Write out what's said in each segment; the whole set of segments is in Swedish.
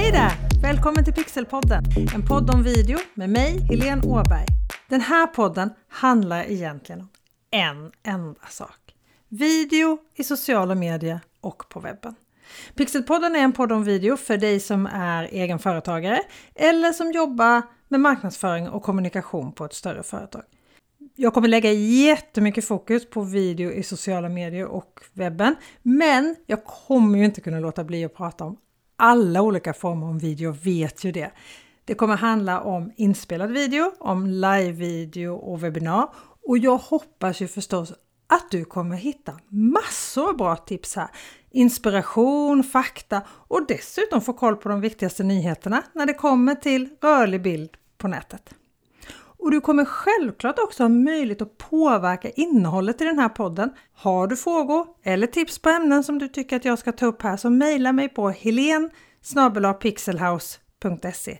Hej där! Välkommen till Pixelpodden, en podd om video med mig, Helene Åberg. Den här podden handlar egentligen om en enda sak. Video i sociala medier och på webben. Pixelpodden är en podd om video för dig som är egen företagare eller som jobbar med marknadsföring och kommunikation på ett större företag. Jag kommer lägga jättemycket fokus på video i sociala medier och webben, men jag kommer ju inte kunna låta bli att prata om alla olika former av video, vet ju det. Det kommer handla om inspelad video, om live-video och webbinar, och jag hoppas ju förstås att du kommer hitta massor av bra tips här. Inspiration, fakta och dessutom få koll på de viktigaste nyheterna när det kommer till rörlig bild på nätet. Och du kommer självklart också ha möjlighet att påverka innehållet i den här podden. Har du frågor eller tips på ämnen som du tycker att jag ska ta upp här, så mejla mig på helene@pixelhouse.se.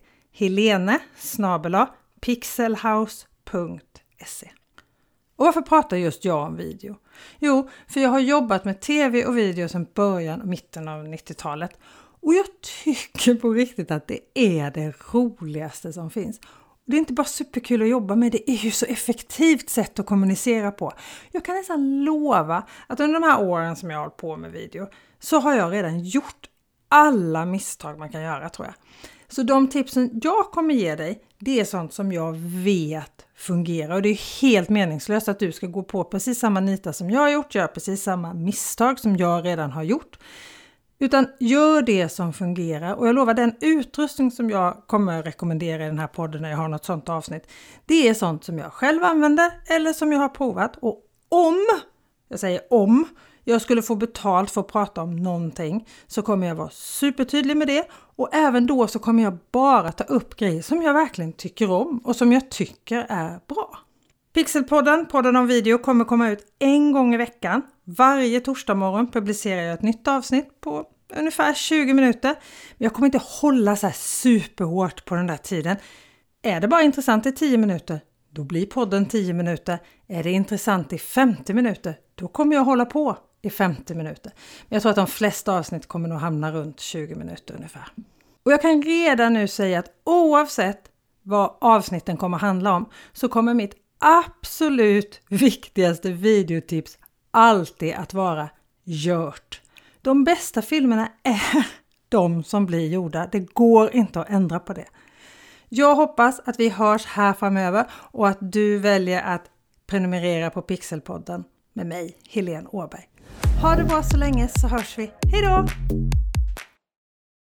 helene@pixelhouse.se. Och varför pratar just jag om video? Jo, för jag har jobbat med tv och video sedan början och mitten av 90-talet. Och jag tycker på riktigt att det är det roligaste som finns. Det är inte bara superkul att jobba med, det är ju så effektivt sätt att kommunicera på. Jag kan nästan lova att under de här åren som jag har hållit på med video så har jag redan gjort alla misstag man kan göra, tror jag. Så de tipsen jag kommer ge dig, det är sånt som jag vet fungerar. Och det är helt meningslöst att du ska gå på precis samma nita som jag har gjort, göra precis samma misstag som jag redan har gjort. Utan gör det som fungerar, och jag lovar, den utrustning som jag kommer rekommendera i den här podden när jag har något sånt avsnitt, det är sånt som jag själv använder eller som jag har provat. Och om jag skulle få betalt för att prata om någonting, så kommer jag vara supertydlig med det, och även då så kommer jag bara ta upp grejer som jag verkligen tycker om och som jag tycker är bra. Pixelpodden, podden om video, kommer komma ut en gång i veckan. Varje torsdag morgon publicerar jag ett nytt avsnitt på ungefär 20 minuter. Men jag kommer inte hålla så här superhårt på den där tiden. Är det bara intressant i 10 minuter, då blir podden 10 minuter. Är det intressant i 50 minuter, då kommer jag hålla på i 50 minuter. Men jag tror att de flesta avsnitt kommer nog hamna runt 20 minuter ungefär. Och jag kan redan nu säga att oavsett vad avsnitten kommer handla om, så kommer mitt absolut viktigaste videotips alltid att vara gjort. De bästa filmerna är de som blir gjorda. Det går inte att ändra på det. Jag hoppas att vi hörs här framöver och att du väljer att prenumerera på Pixelpodden med mig, Helene Åberg. Ha det bra så länge, så hörs vi. Hej då!